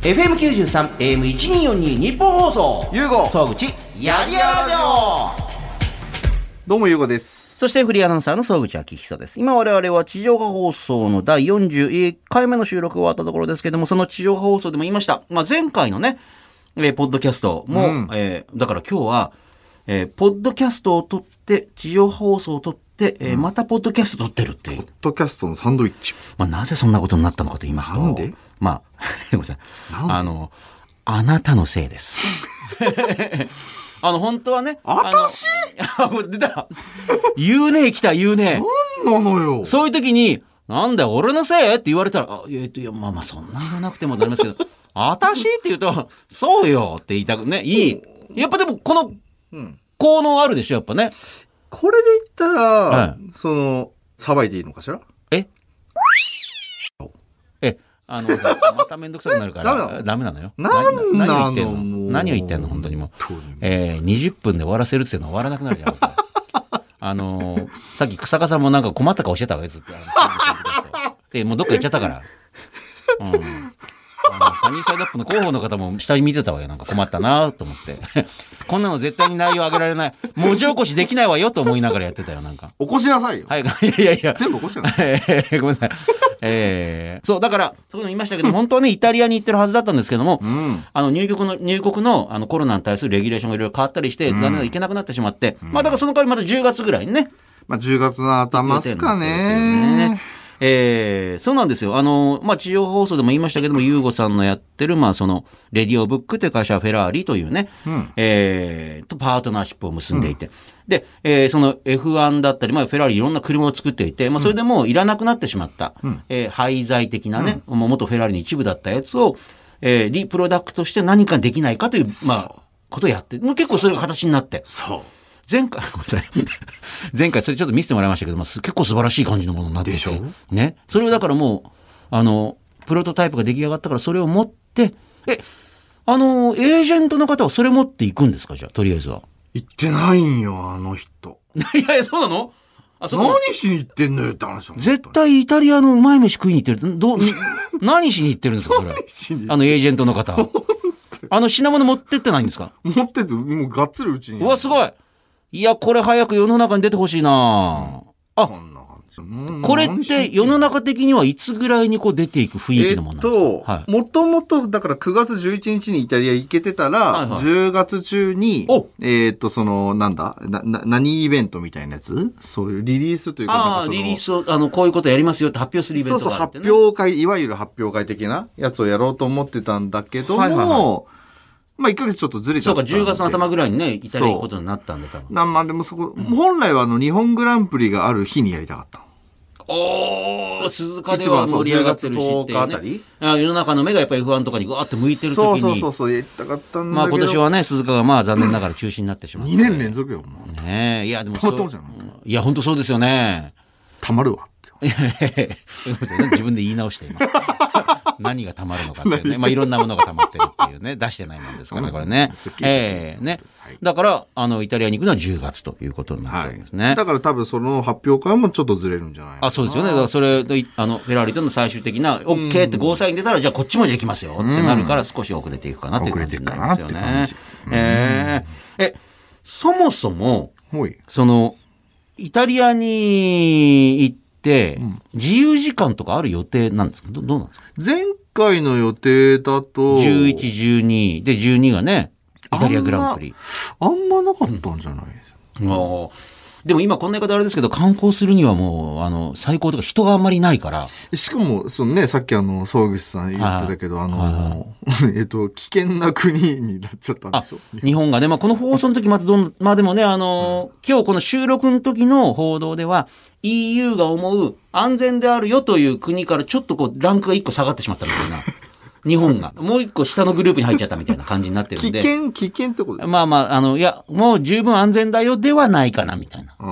FM93 AM1242 日本放送ゆうご総口やりやらじょどうもゆうごです。 そしてフリーアナウンサーの総口昭久です。今我々は地上波放送の第41回目の収録が終わったところですけども、その地上波放送でも言いました、前回のね、ポッドキャストも、だから今日は、ポッドキャストを撮って地上波放送を撮って、またポッドキャスト撮ってるっていう。 ポッドキャストのサンドイッチ。 なぜそんなことになったのかと言いますと。 なんでごめんなさい。あなたのせいです。本当はね。 私出た。言うね、来た、言うね。 なんなのよ。 そういう時に、なんだよ、俺のせいって言われたら、いや、そんな言わなくてもなりますけど、私って言うと、そうよって言いたくね、いい。やっぱでも、この、効能あるでしょ、やっぱね。 これで言ったら、さばいていいのかしら？ まためんどくさくなるから、ダメなのよ。何を言ってんの本当にもう。20分で終わらせるっていうのは終わらなくなるじゃん。さっき草加さんもなんか困った顔してたわよ、ずっと。で、もうどっか行っちゃったから。サニーサイドアップの広報の方も下に見てたわよ。なんか困ったなと思って。こんなの絶対に内容上げられない。文字起こしできないわよと思いながらやってたよ、なんか。 起こしなさいよ。 はい、いや。 全部起こしてなさい。 ごめんなさい。そう、だから、そういうの言いましたけど、本当はね、イタリアに行ってるはずだったんですけども、入国のコロナに対するレギュレーションがいろいろ変わったりして、だんだん行けなくなってしまって、だからその代わりまた10月ぐらいにね。 10月の頭っすかね。 そうなんですよ。地上放送でも言いましたけども、ユーゴさんのやってる、レディオブックという会社はフェラーリというね、とパートナーシップを結んでいて。で、その F1 だったり、フェラーリいろんな車を作っていて、それでもういらなくなってしまった、廃材的なね、元フェラーリの一部だったやつを、リプロダクトして何かできないかという、ことをやって、もう結構それが形になって。 そう。 前回それちょっと見せてもらいましたけど、結構素晴らしい感じのものになってて。 でしょ？ ね。それをだからもう、プロトタイプが出来上がったからそれを持って、エージェントの方はそれ持っていくんですか？じゃあ、とりあえずは。 行ってないんよ、あの人。 いや、そうなの？ 何しに行ってんのよって話。 絶対イタリアのうまい飯食いに行ってる。何しに行ってるんですか、それ。エージェントの方。品物持ってってないんですか？ 持ってって、もうがっつりうちに。 うわ、すごい。いや、これ早く世の中に出てほしいな、これって世の中的にはいつぐらいに出ていく雰囲気のものなんですか？ もともと、だから9月11日にイタリア行けてたら、10月中に、何イベントみたいなやつ？そういうリリースというか、 リリースを、こういうことやりますよって発表するイベントがあってね。 発表会、いわゆる発表会的なやつをやろうと思ってたんだけども、1ヶ月ちょっとずれちゃったんで。 そうか、10月の頭ぐらいにね、イタリア行くことになったんで、多分。 でも本来は日本グランプリがある日にやりたかった。 鈴鹿では盛り上がってるしっていう、ね。世の中の目がやっぱり F1 とかにガーって向いてる時に。 そう、やりたかったんだけど。 今年はね、鈴鹿が残念ながら中止になってしまった。 2年連続よ、もう。ねえ、いや、でもたまったもんじゃん。 いや、本当そうですよね。 たまるわ。 自分で言い直して今。何がたまるのかっていうね。いろんなものがたまってるっていうね。出してないもんですからね、これね。ね。だから、イタリアに行くのは10月ということになってるんですね。 だから多分その発表会もちょっとずれるんじゃないかな。 そうですよね。だからそれ、フェラーリとの最終的な、OK ってゴーサイン出たら、じゃあこっちもできますよってなるから少し遅れていくかなっていう感じになりますよね。そもそも、イタリアに行って、自由時間とかある予定なんですか？どうなんですか？ 前回の予定だと、 11、12で12がね、イタリアグランプリ。 あんまなかったんじゃないですか。 でも今こんな言い方あれですけど、観光するにはもう、最高とか人があんまりないから。 しかも、さっき総口さん言ってたけど、危険な国になっちゃったんでしょ？ 日本がね、この放送の時またでもね、今日この収録の時の報道では、EU が思う安全であるよという国からちょっとランクが1個下がってしまったみたいな。日本が。もう一個下のグループに入っちゃったみたいな感じになってるんで。 危険ってことですか？いや、もう十分安全だよではないかな、みたいな。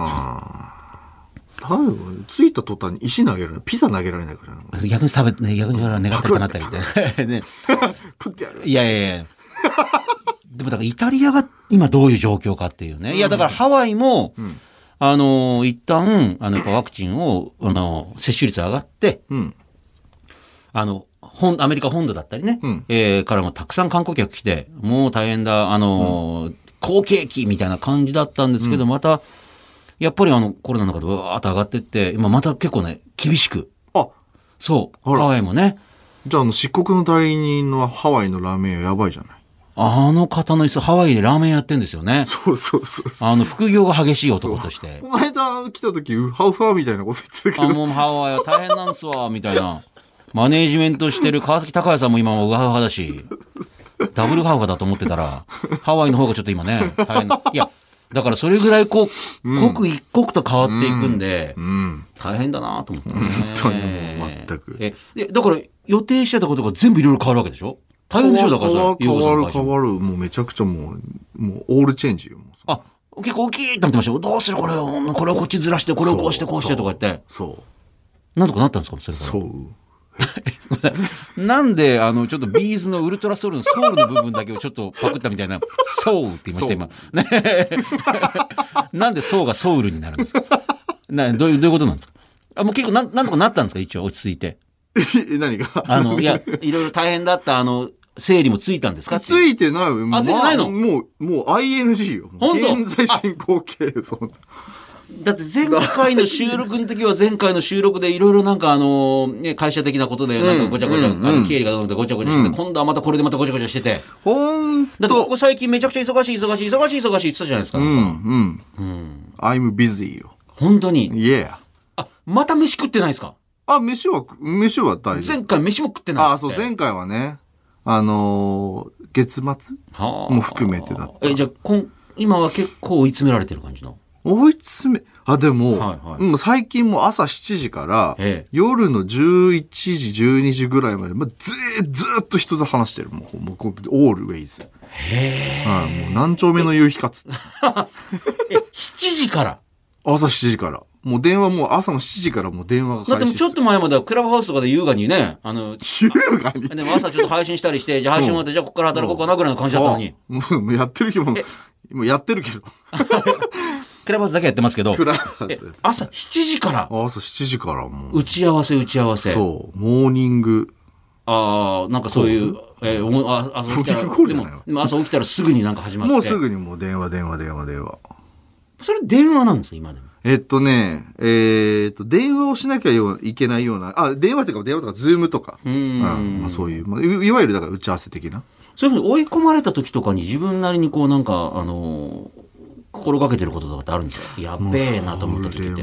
着いた途端に石投げられない。ピザ投げられないから。 逆にそれは願ったかなったりで。ね。 食ってやる。 いや。でもだからイタリアが今どういう状況かっていうね。いや、だからハワイも、一旦、やっぱワクチンを、接種率上がって、 アメリカ本土だったりね、からもたくさん観光客来て、もう大変だ、好景気みたいな感じだったんですけど、また、やっぱりコロナの中でわーっと上がっていって、今また結構ね、厳しく。 あ、 そう、ハワイもね。 じゃあ漆黒の代理人のハワイのラーメン屋やばいじゃない。 あの方のハワイでラーメンやってんですよね。 そうそうそう。 副業が激しい男として。 この間来た時、ウハウハみたいなこと言ってたけど。 もうハワイは大変なんすわ、みたいな。マネージメントしてる川崎隆也さんも今もウハウハだし、ダブルハウハだと思ってたら、ハワイの方がちょっと今ね、大変。いや、だからそれぐらい刻一刻と変わっていくんで、大変だなと思ってね。 本当にもう全く。 だから予定してたことが全部いろいろ変わるわけでしょ？大変でしょ？だからさ、 変わる。もうめちゃくちゃもうオールチェンジよ。 あ、結構大きいってなってましたよ。どうするこれをこっちずらして、これをこうしてこうしてとか言って。 そう。 なんとかなったんですかそれから。そう。なんで、ちょっとビーズのウルトラソウルのソウルの部分だけをちょっとパクったみたいな、ソウって言いました今。ねなんでソウがソウルになるんですかどういうことなんですかもう結構なんとかなったんですか一応落ち着いて。 何がいや、いろいろ大変だった整理もついたんですかついてないよ。 ついてないのもう ING よ。 本当現在進行形。 だって前回の収録の時は前回の収録でいろいろなんか会社的なことでなんかごちゃごちゃ、経理がどうのってごちゃごちゃしてて、今度はまたこれでまたごちゃごちゃしてて。だってここ最近めちゃくちゃ忙しいって言ってたじゃないですか。 I'm busy よ。 本当に。 Yeah。 また飯食ってないですか？ 飯は大丈夫。 前回飯も食ってない。 そう、前回はね、月末も含めてだった。 じゃあ、今は結構追い詰められてる感じの？ 追い詰め、でも、もう最近も朝7時から、夜の11時、12時ぐらいまで、ずーっと人と話してる。もう、オールウェイズ。もう何丁目の夕日かつ。 7時から朝7時から。もう電話もう朝の7時からもう電話が開始。 だってちょっと前まではクラブハウスとかで優雅にね、 優雅にでも朝ちょっと配信したりして、じゃあ配信終わって、じゃあここから働こうかなぐらいの感じだったのに。 もうやってるけど、もうやってるけど。 クラブハウスだけやってますけど。 クラブハウス。 朝7時から朝7時からもう。 打ち合わせ。 そう。モーニング。 なんかそういう、朝起きたら、でも朝起きたらすぐになんか始まって。 もうすぐにもう電話。 それ電話なんですよ、今でも。 電話をしなきゃいけないような、電話とかズームとか。そういう、いわゆるだから打ち合わせ的な。 そういうふうに追い込まれた時とかに自分なりにこうなんか、心がけてることとかってあるんですか？やっべえなと思った時って。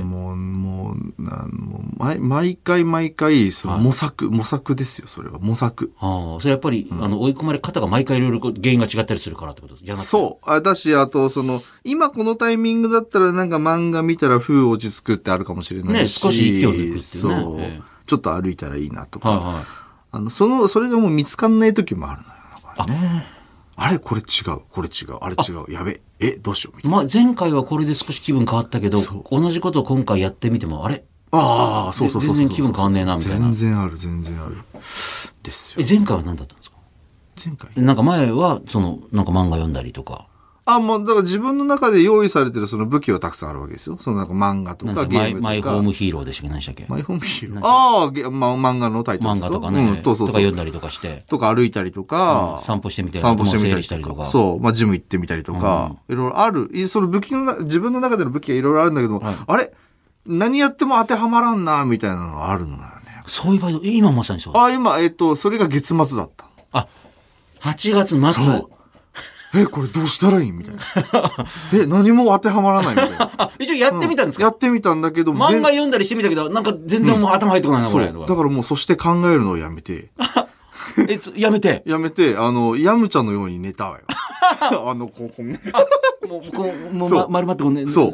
毎回、その模索ですよ、それは。模索。 それやっぱり、追い込まれ方が毎回いろいろ原因が違ったりするからってことじゃなくて。 そう。だし、あと、今このタイミングだったらなんか漫画見たら風落ち着くってあるかもしれないし。 少し息を抜くっていうね。 そう。ちょっと歩いたらいいなとか。それがもう見つかんない時もあるのよ。ね。あれこれ違う、あれ違う、やべえ、どうしようみたいな。 前回はこれで少し気分変わったけど、同じことを今回やってみても、あれそう。 全然気分変わんねえな、みたいな。 全然ある。ですよ。 前回は何だったんですか？ 前回なんか前は、なんか漫画読んだりとか。 もう、だから自分の中で用意されてるその武器はたくさんあるわけですよ。なんか漫画とかゲームとか。 マイホームヒーローでしたっけ？何でしたっけ？ マイホームヒーロー。漫画のタイトルですか？ 漫画とかね。とか読んだりとかして。 とか歩いたりとか。 散歩してみたりとか。 そう。ジム行ってみたりとか。いろいろある。その武器自分の中での武器がいろいろあるんだけど、あれ何やっても当てはまらんな、みたいなのがあるのよね。 そういう場合、今まさにそう。 今、それが月末だった。 8月末。そう。 これどうしたらいいみたいな。何も当てはまらないみたいな。 一応やってみたんですか？ やってみたんだけど。 漫画読んだりしてみたけど、なんか全然もう頭入ってこないな、これ。 だからもうそして考えるのをやめて。 やめて、 ヤムちゃんのように寝たわよ。 もう丸まってこうね。 そう。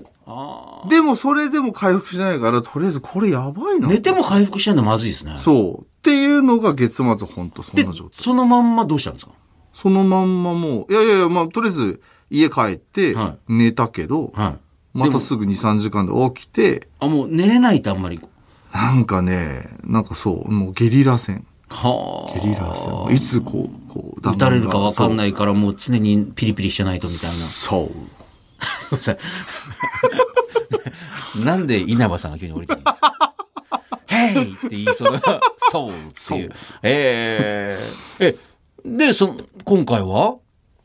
でもそれでも回復しないから、とりあえずこれやばいな。 寝ても回復しないのまずいですね。 そう。っていうのが月末ほんとそんな状態。 そのまんまどうしたんですか？ そのまんまもう、とりあえず家帰って寝たけど、またすぐ2、3時間で起きて。 もう寝れないってあんまり。 なんかね、もうゲリラ戦。ゲリラ戦。いつ撃たれるか分かんないからもう常にピリピリしてないとみたいな。 そう。 なんで稲葉さんが急に降りてるんですか？ ヘイって言いそうな、そうっていう。で、今回は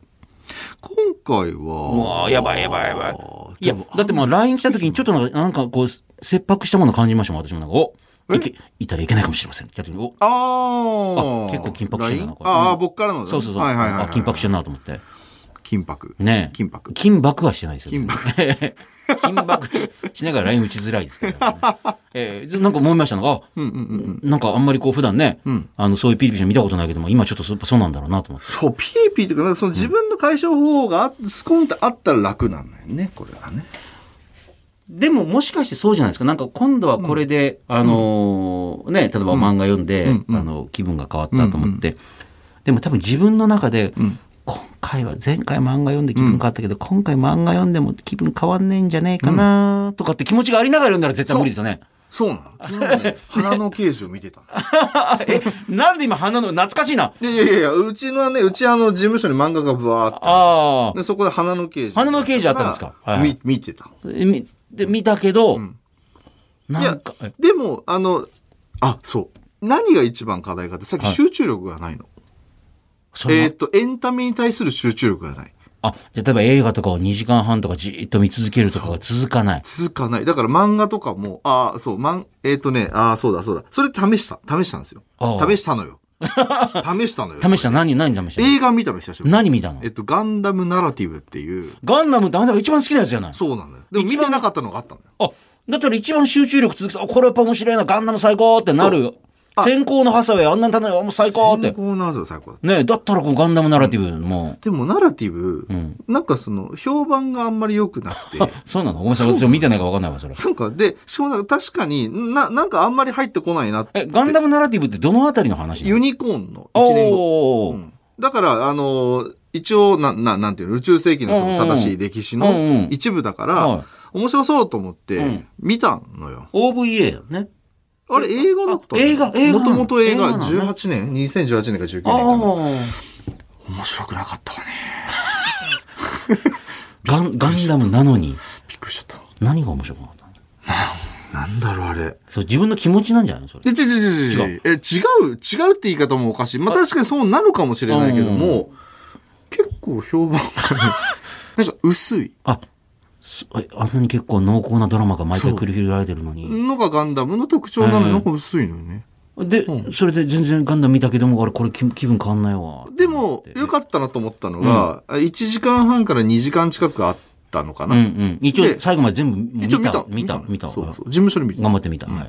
うわやばい。いや、だってLINE 来た時にちょっとなんかこう、切迫したもの感じましたもん、私もなんか、いたらいけないかもしれません。結構緊迫してるな、 僕からの。 そう。緊迫してるなと思って。 緊迫。 ねえ。緊迫はしてないですよ。緊迫しながら LINE 打ちづらいですけど、なんか思いましたのが、なんかあんまりこう普段ね、そういうピリピリ見たことないけども、今ちょっとそうなんだろうなと思って。 そう、ピリピリというか、その自分の解消方法がスコンってあったら楽なんだよね、これはね。 でももしかしてそうじゃないですか。なんか今度はこれで、例えば漫画読んで、気分が変わったと思って、でも多分自分の中で、前回漫画読んで気分変わったけど、今回漫画読んでも気分変わんねえんじゃねえかなとかって気持ちがありながら読んだら絶対無理ですよね。 そうなの。昨日ね、花の刑事を見てた。 なんで今花の、懐かしいな。 いや、うち事務所に漫画がブワーってで、そこで花の刑事。 花の刑事あったんですか？ 見てた。 見たけど、なんか。 でも、そう。何が一番課題かって、さっき集中力がないの。エンタメに対する集中力がない。 じゃあ例えば映画とかを2時間半とかじーっと見続けるとかが続かない。 だから漫画とかも、そうだ。それ試したんですよ。試したのよ。 試した何試したの？ 映画見たの久しぶり。 何見たの？ ガンダムナラティブっていう。 ガンダムってあなたが一番好きなやつじゃない？ そうなのよ。でも見てなかったのがあったのよ。 だったら一番集中力続くと、これやっぱ面白いな、ガンダム最高ってなるよ。先行のハサウェイあんなに頼むよ、もう最高って。 先行のハサウェイ最高だ。 ねだったらこのガンダムナラティブも。 でもナラティブ、なんか評判があんまり良くなくて。 そうなの？ごめんなさい、私見てないか分かんないわ、それ。 なんか、しかも確かになんかあんまり入ってこないなって。 ガンダムナラティブってどのあたりの話？ ユニコーンの1年後。だから、一応、なんていうの、宇宙世紀の正しい歴史の一部だから、面白そうと思って、見たのよ。 OVA よね。 あれ映画だった映画もともと映画18年 ?2018 年か19年かな。面白くなかったわね。 ガンダムなのに。 びっくりしちゃった。 何が面白くなかったの？なんだろうあれ。 そう、自分の気持ちなんじゃないのそれ。 違うって言い方もおかしい。まあ確かにそうなるかもしれないけども、結構評判がなんか薄い。 あんなに結構濃厚なドラマが毎回繰り広げられてるのに。 のがガンダムの特徴なのになんか薄いのよね。 で、それで全然ガンダム見たけども、これ気分変わんないわ。 でも、良かったなと思ったのが、1時間半から2時間近くあったのかな。 一応最後まで全部見た。 そう。事務所に見た。 頑張って見た。はい。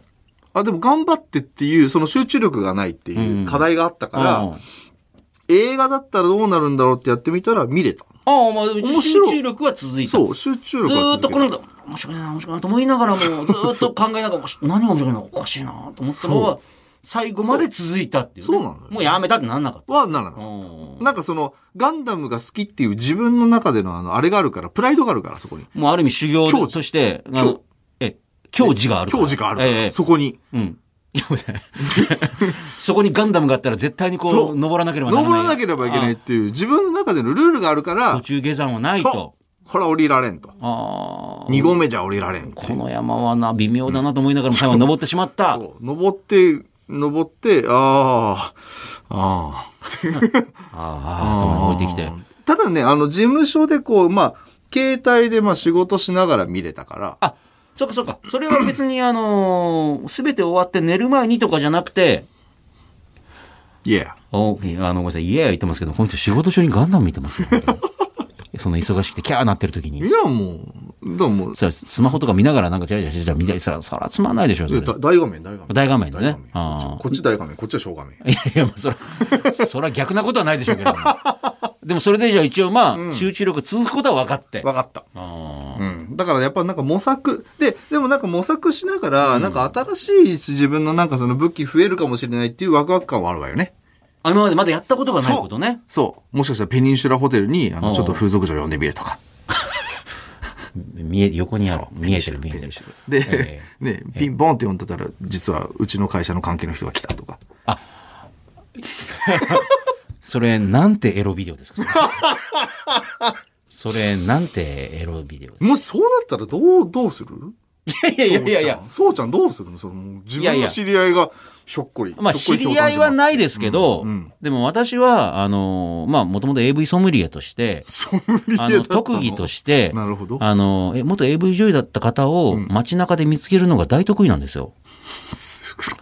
でも頑張ってっていう、その集中力がないっていう課題があったから、映画だったらどうなるんだろうってやってみたら見れた。 集中力は続いた。 そう、集中力はずーっとこれが面白いなと思いながらも、ずーっと考えながら、何が面白いのおかしいなと思ったのは、最後まで続いたっていう、ね。そうなのよ。もうやめたってなんなかった。 ならなかった。なんかガンダムが好きっていう自分の中でのあれがあるから、プライドがあるから、そこに。 もうある意味修行として、矜持があるから。 矜持があるから、そこに。 そこにガンダムがあったら絶対に登らなければならない。 登らなければいけないっていう自分の中でのルールがあるから。 途中下山はないと。 これは降りられんと。2合目じゃ降りられん。 この山は微妙だなと思いながらも最後登ってしまった。 登って、と降りてきて。 ただね、事務所で携帯で仕事しながら見れたから。 そうか。それは別にすべて終わって寝る前にとかじゃなくて、ごめんなさい、言ってますけど、本当仕事中にガンダム見てますよ、ね。その忙しくてキャーなってる時に。 いや、もう。 スマホとか見ながらなんかチャラチャラ見たりしたら、そらつまんないでしょ、それ。 大画面でね。 こっち大画面、こっちは小画面。 いや、そら逆なことはないでしょうけども。でもそれでじゃあ一応集中力続くことは分かって。 分かった。だからやっぱなんか模索。でもなんか模索しながら、なんか新しい自分のなんかその武器増えるかもしれないっていうワクワク感はあるわよね。 今までまだやったことがないことね。 そう。もしかしたらペニンシュラホテルに、ちょっと風俗嬢呼んでみるとか。 横にある。見えてる。 で、ピンポンって呼んでたら、実はうちの会社の関係の人が来たとか。 それ、なんてエロビデオですか？それ、なんてエロビデオですか？ もしそうなったらどうする？ や。 そうちゃんどうするの？自分の知り合いがひょっこり。 まあ、知り合いはないですけど、でも私は、まあ、もともと AV ソムリエとして、特技として、 なるほど。 元 AV 女優だった方を街中で見つけるのが大得意なんですよ。 すごい。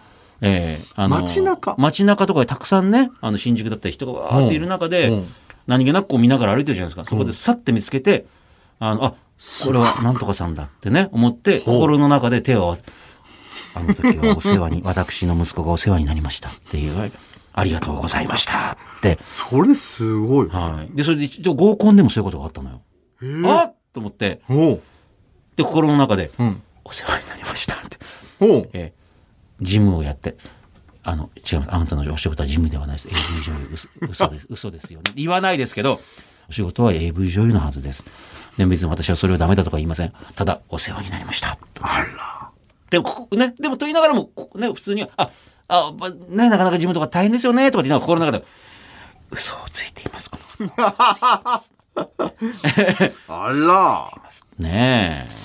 街中とかでたくさんね、新宿だったり人がわーっている中で、何気なくこう見ながら歩いてるじゃないですか。そこでさって見つけて、これはなんとかさんだってね、思って、心の中で手を合わせ、あの時は私の息子がお世話になりましたっていう、ありがとうございましたって。 それすごい。 はい。で、それで一応合コンでもそういうことがあったのよ。あっと思って、で、心の中で、お世話になりましたって。ジムをやって、違う、あなたのお仕事はジムではないです。AV 女優、嘘ですよね。言わないですけど、お仕事は AV 女優のはずです。でも別に私はそれをダメだとか言いません。ただ、お世話になりました。 あら。 でもと言いながらも、ね、普通に、ね、なかなかジムとか大変ですよね、とかって言いながら心の中で、嘘をついています、このあら。 ねえ。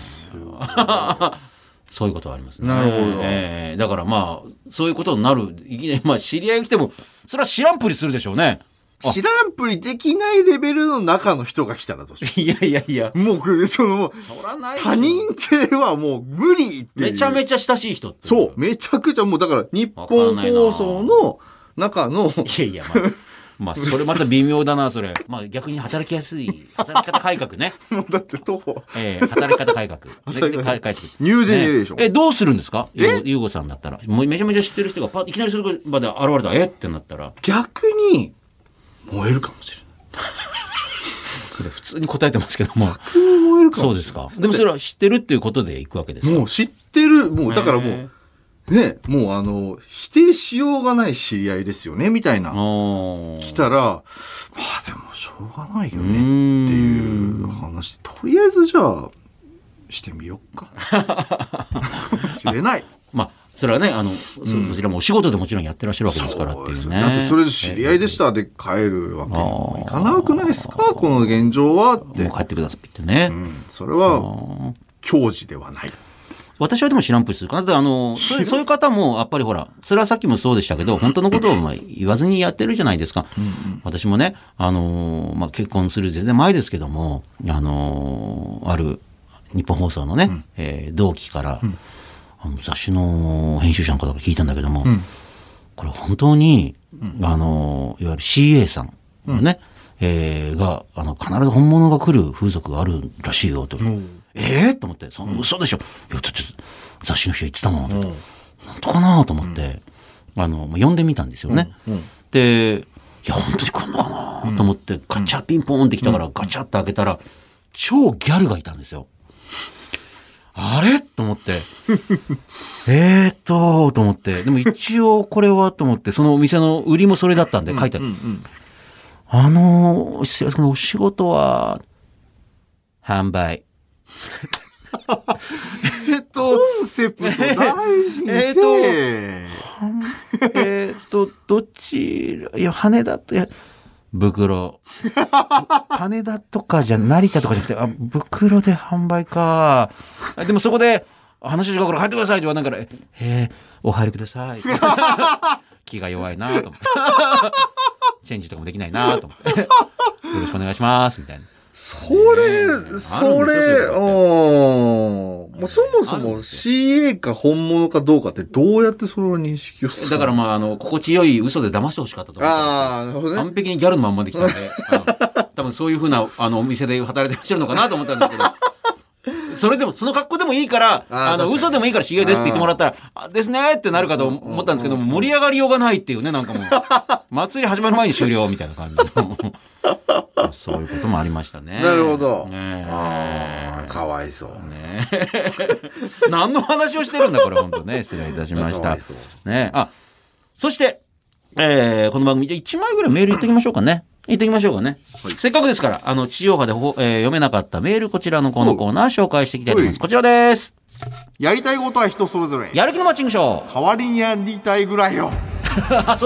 そういうことはありますね。 なるほど。 だからまあ、そういうことになる。いきなり、まあ、知り合いが来ても、それは知らんぷりするでしょうね。 知らんぷりできないレベルの中の人が来たらどうしよう。いや。 もう、他人ってはもう無理っていう。 めちゃめちゃ親しい人って。 そう。めちゃくちゃもう、だから、日本放送の中の。 いや、まあ、それまた微妙だな、それ。まあ、逆に働きやすい、働き方改革ね。 もうだって徒歩。 働き方改革。 ニュージェネレーション。 どうするんですか？ゆうごさんだったら。もうめちゃめちゃ知ってる人がいきなりそれまで現れたら、ってなったら。 逆に、燃えるかもしれない。 普通に答えてますけども。 逆に燃えるかもしれない。 そうですか。でもそれは知ってるっていうことで行くわけですか？ もう知ってる。もう、だからもう、ね、もう否定しようがない知り合いですよね、みたいな。来たら、まあでもしょうがないよねっていう話。とりあえずじゃあ、してみよっか。知れない。 まあ、それはね、そちらもお仕事でもちろんやってらっしゃるわけですからっていうね。 だってそれで知り合いでしたで帰るわけにもいかなくないですか、この現状はって。 もう帰ってくださいってね。 それは、矜持ではない。 私はでも知らんぷりするかな。だってそういう方も、やっぱりほら、それはさっきもそうでしたけど、本当のことを言わずにやってるじゃないですか。私もね、まあ、結婚する全然前ですけども、ある日本放送のね、同期から、雑誌の編集者の方から聞いたんだけども、これ本当に、いわゆる CA さんのね、が、必ず本物が来る風俗があるらしいよと。と思って、嘘でしょ。いや、だって雑誌の人言ってたもん。本当かなと思って、呼んでみたんですよね。で、いや、本当に来るのかなと思って、ガチャピンポーンって来たからガチャって開けたら、超ギャルがいたんですよ。あれと思って。と思って。でも一応これはと思って、そのお店の売りもそれだったんで書いてある。失礼ですけど、お仕事は、販売。 コンセプト大事にせどちら、いや、羽田と、いや、袋。羽田とかじゃ、成田とかじゃなくて、袋で販売か。でもそこで、話違うから入ってくださいって言わないから、お入りください。気が弱いなと思って。チェンジとかもできないなと思って。よろしくお願いします、みたいな。 それ、もうそもそも CA か本物かどうかってどうやってそれを認識をする？ だからまあ、心地よい嘘で騙してほしかったと思う。 なるほどね。 完璧にギャルのまんまできたんで、多分そういうふうな、お店で働いてらっしゃるのかなと思ったんですけど、それでも、その格好でもいいから、嘘でもいいから CA ですって言ってもらったら、ですねってなるかと思ったんですけども、盛り上がりようがないっていうね、なんかもう、祭り始まる前に終了みたいな感じの。そういうこともありましたね。 なるほど。かわいそう。 ね何の話をしてるんだ、これ、本当ね。失礼いたしました。ねそして、この番組、1枚ぐらいメール言っときましょうかね。せっかくですから、地上波で読めなかったメール、こちらのこのコーナー紹介していきたいと思います。こちらです。 やりたいことは人それぞれ。 やる気のマッチングショー。 代わりにやりたいぐらいよ。 そうです。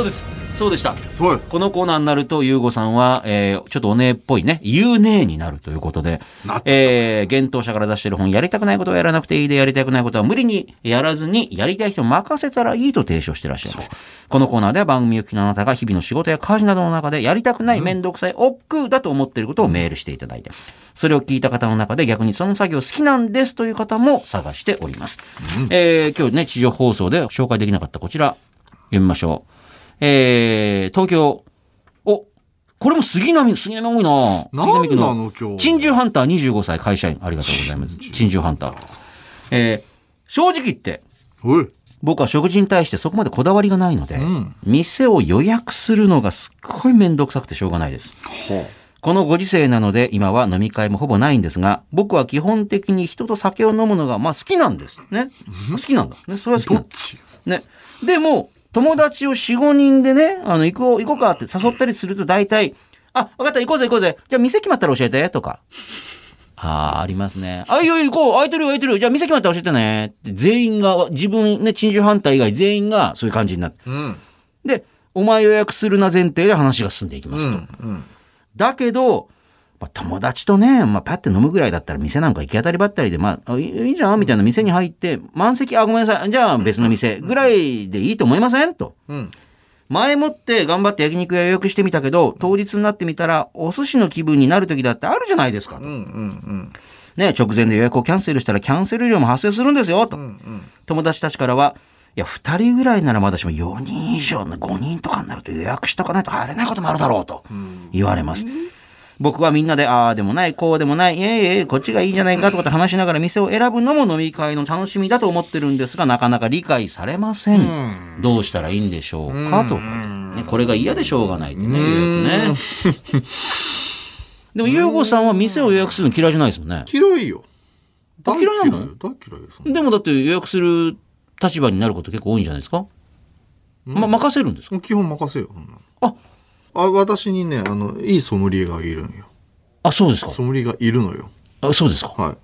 そうでした。 そう。 このコーナーになると、ゆうごさんは、ちょっとお姉っぽいね、ゆう姉になるということで、幻冬者から出してる本、やりたくないことはやらなくていいで、やりたくないことは無理にやらずに、やりたい人に任せたらいいと提唱してらっしゃいます。このコーナーでは番組を聞きのあなたが日々の仕事や家事などの中でやりたくない、めんどくさい、億劫だと思っていることをメールしていただいて、それを聞いた方の中で逆にその作業好きなんですという方も探しております。今日ね、地上放送で紹介できなかったこちら、読みましょう。東京、これも杉並多いな。杉並区の珍獣ハンター25歳会社員、ありがとうございます。珍獣ハンター。正直言って、僕は食事に対してそこまでこだわりがないので、店を予約するのがすっごいめんどくさくてしょうがないです。このご時世なので今は飲み会もほぼないんですが、僕は基本的に人と酒を飲むのが好きなんですね。好きなんだね。それは好きなんだ。ね。でも友達を 4,5 人でね、行こうかって誘ったりすると大体、わかった、行こうぜ。じゃあ店決まったら教えて、とか。ありますね。いいよ、行こう、空いてるよ。じゃあ店決まったら教えてね。って全員が、自分ね、珍獣ハンター以外全員がそういう感じになって。で、お前予約するな前提で話が進んでいきますと。だけど、友達とね、パッて飲むぐらいだったら店なんか行き当たりばったりで、いいじゃんみたいな店に入って、満席、ごめんなさい、じゃあ別の店ぐらいでいいと思いませんと。前もって頑張って焼肉屋予約してみたけど、当日になってみたら、お寿司の気分になる時だってあるじゃないですかと。ね、直前で予約をキャンセルしたらキャンセル料も発生するんですよと。友達たちからは、2人ぐらいならまだしも4人以上の5人とかになると予約しとかないと入れないこともあるだろうと言われます。僕はみんなで、でもない、こうでもない、こっちがいいじゃないかとかって話しながら店を選ぶのも飲み会の楽しみだと思ってるんですが、なかなか理解されません。どうしたらいいんでしょうかと。ね、これが嫌でしょうがないってね、ね。でも、ゆうごさんは店を予約するの嫌いじゃないですもんね。 嫌いよ。 嫌いなの？ 大嫌いです。 でもだって予約する立場になること結構多いんじゃないですか？任せるんですか？ 基本任せよ。私にね、いいソムリエがいるのよ。 そうですか。 ソムリエがいるのよ。 そうですか。 はい。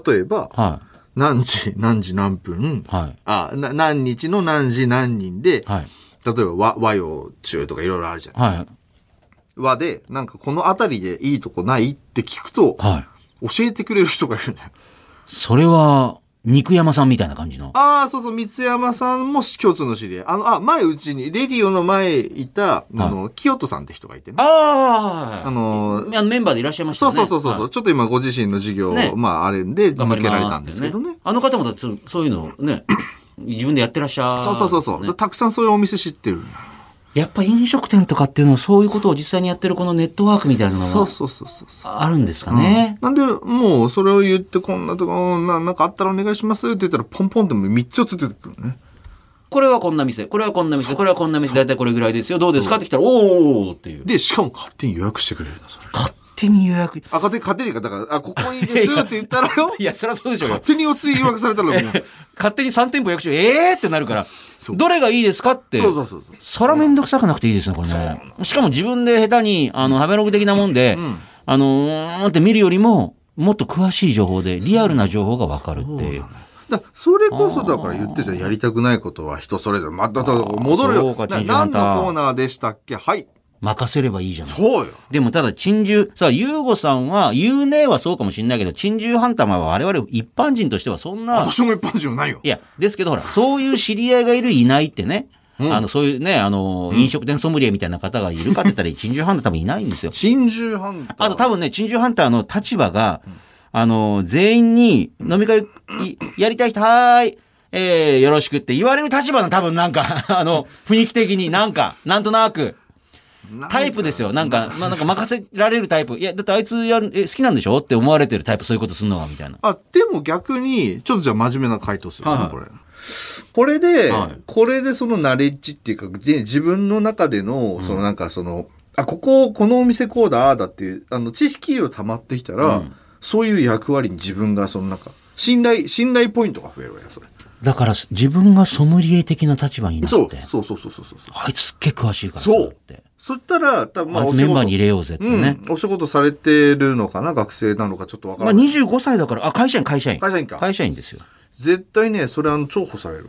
例えば、何時何分、何日の何時何人で、例えば和洋中とかいろいろあるじゃん。和で、なんかこの辺りでいいとこないって聞くと、教えてくれる人がいるんだよ。 それは、肉山さんみたいな感じの。 そう、三山さんも共通の知り合い。前うちに、レディオの前いた、清人さんって人がいてね。メンバーでいらっしゃいましたね。 そう。ちょっと今ご自身の事業、あれで抜けられたんですけどね。 あの方もそういうのね、自分でやってらっしゃる。 そう。たくさんそういうお店知ってる。 やっぱ飲食店とかっていうのはそういうことを実際にやってるこのネットワークみたいなのがあるんですかね。 なんでもうそれを言ってこんなとこなんかあったらお願いしますって言ったらポンポンって3つつ出てくるね。 これはこんな店、これはこんな店、これはこんな店、だいたいこれぐらいですよ、どうですかって来たらおーっていう。 でしかも勝手に予約してくれるんだそれ。 勝手に予約。 勝手にかだからここいいですって言ったらよ。 いやそりゃそうでしょうよ。 勝手におつい予約されたらもう勝手に3店舗予約しようってなるから。どれがいいですかって。そらめんどくさくなくていいですね、これね。しかも自分で下手に、食べログ的なもんで、って見るよりも、もっと詳しい情報で、リアルな情報がわかるっていう。 それこそだから言ってたやりたくないことは人それぞれ。また戻るよ。何のコーナーでしたっけ？はい。 任せればいいじゃない。 そうよ。 でもただ珍獣、ゆうごさんは、ゆうねはそうかもしれないけど、珍獣ハンターは我々一般人としてはそんな。 私も一般人はないよ。 いや、ですけどほら、そういう知り合いがいるいないってね。そういうね、飲食店ソムリエみたいな方がいるかって言ったら、珍獣ハンター多分いないんですよ。 珍獣ハンター。 あと多分ね、珍獣ハンターの立場が、全員に飲み会やりたい人はーい、よろしくって言われる立場の多分なんか、雰囲気的になんとなく、タイプですよ。なんか任せられるタイプ。いや、だってあいつ好きなんでしょって思われてるタイプ、そういうことすんのが、みたいな。 でも逆に、ちょっとじゃあ真面目な回答するね、これ。これでそのナレッジっていうか、自分の中での、このお店こうだっていう、知識を溜まってきたら、そういう役割に自分が信頼ポイントが増えるわよ、それ。 だから自分がソムリエ的な立場になって。 そう。 あいつすっげえ詳しいからそうって。そしたら、多分あいつメンバーに入れようぜってね。 お仕事されてるのかな、学生なのかちょっとわからない。 25歳だから、会社員。 会社員か。 会社員ですよ。 絶対ね、それ重宝されるわよ。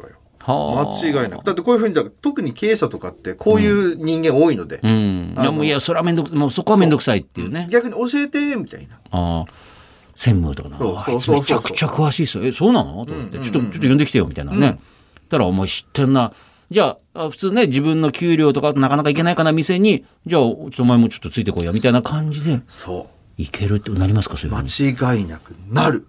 間違いなく。だってこういうふうに、特に経営者とかってこういう人間多いので。 いや、それはもうそこはめんどくさいっていうね。 逆に教えて、みたいな。 専務とかな。あいつめちゃくちゃ詳しいっすよ。そうなのと思って、ちょっと呼んできてよ、みたいなね。たら、お前知ってんな。じゃあ、普通ね、自分の給料とかなかなかいけないかな、店に、じゃあ、お前もちょっとついてこいよ、みたいな感じで。いけるってなりますか、そういうふうに。間違いなくなる。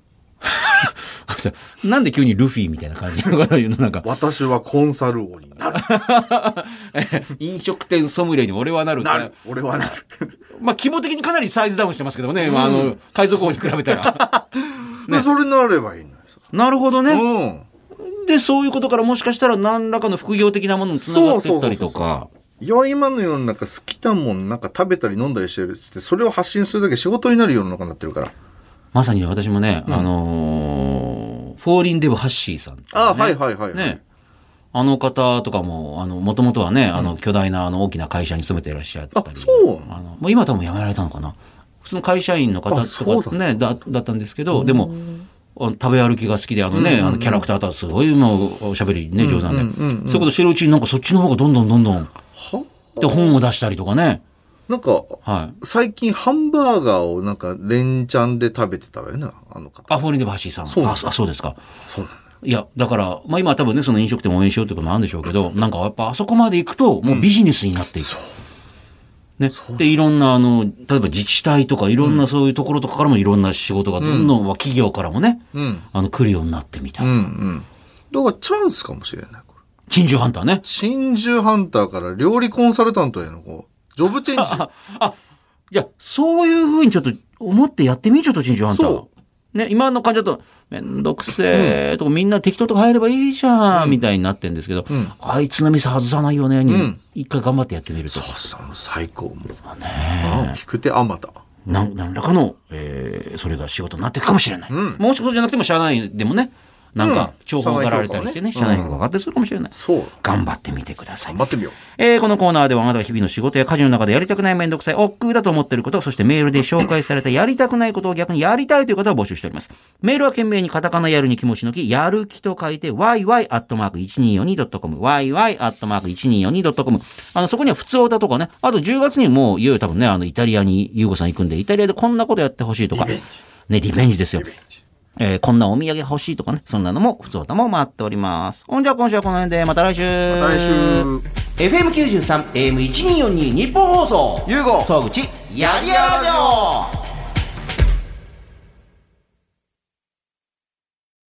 なんで急にルフィみたいな感じのこと言うのなんか。 私はコンサル王になる。 飲食店ソムリエに俺はなる。 俺はなる。 まあ、規模的にかなりサイズダウンしてますけどね。海賊王に比べたら。 それになればいいのよ。 なるほどね。で、そういうことからもしかしたら何らかの副業的なものにつながっていったりとか。 いや、今の世の中好きなもんなんか食べたり飲んだりしてるっつって、それを発信するだけ仕事になる世の中になってるから。 まさに私もね、フォーリンデブハッシーさん、ね。 はい。 ね。あの方とかも、もともとはね、巨大な大きな会社に勤めていらっしゃったり。もう今多分辞められたのかな。普通の会社員の方とかね、だったんですけど、でも、食べ歩きが好きで、キャラクターとはすごいおしゃべりね、上手なんで。そういうことしてるうちになんかそっちの方がどんどん、で、本を出したりとかね。 なんか、最近ハンバーガーをなんか連チャンで食べてたわよな、あの方。 フォーリンデブハッシーさん。そうですか。 そうなんだ。 いや、だから、まあ今は多分ね、その飲食店を応援しようってこともあるんでしょうけど、なんかやっぱあそこまで行くと、もうビジネスになっていく。ね。で、いろんな例えば自治体とかいろんなそういうところとかからもいろんな仕事がどんどん、企業からもね、来るようになってみたいな。 だからチャンスかもしれない。 珍獣ハンターね。 珍獣ハンターから料理コンサルタントへのジョブチェンジ。 じゃあ、そういうふうにちょっと思ってやってみちょっと珍獣ハンター。ね、今の感じだと、めんどくせえとか、みんな適当とか入ればいいじゃん、みたいになってるんですけど、あいつの店外さないよね、に、一回頑張ってやってみると。 最高。もう。ね聞く手あまた。 何らかの、それが仕事になっていくかもしれない。もう仕事じゃなくても社内でもね、なんか、重宝がられたりしてね、社内評価が上がったりするかもしれない。頑張ってみてください。 頑張ってみよう。 このコーナーではあなたが日々の仕事や家事の中でやりたくないめんどくさい、億劫だと思っていること、そしてメールで紹介されたやりたくないことを逆にやりたいという方を募集しております。メールは懸命にカタカナやるに気持ちのき、やる気と書いて、yy@1242.com、yy@1242.com。そこには普通歌とかね、あと10月にもいよいよ多分ね、イタリアにゆうごさん行くんで、イタリアでこんなことやってほしいとか。ね、リベンジですよ。こんなお土産欲しいとかね、そんなのも普通歌も待っております。じゃあ今週はこの辺で、また来週。FM93、AM1242 日本放送。 ゆうご、 総口、やりやらじょう。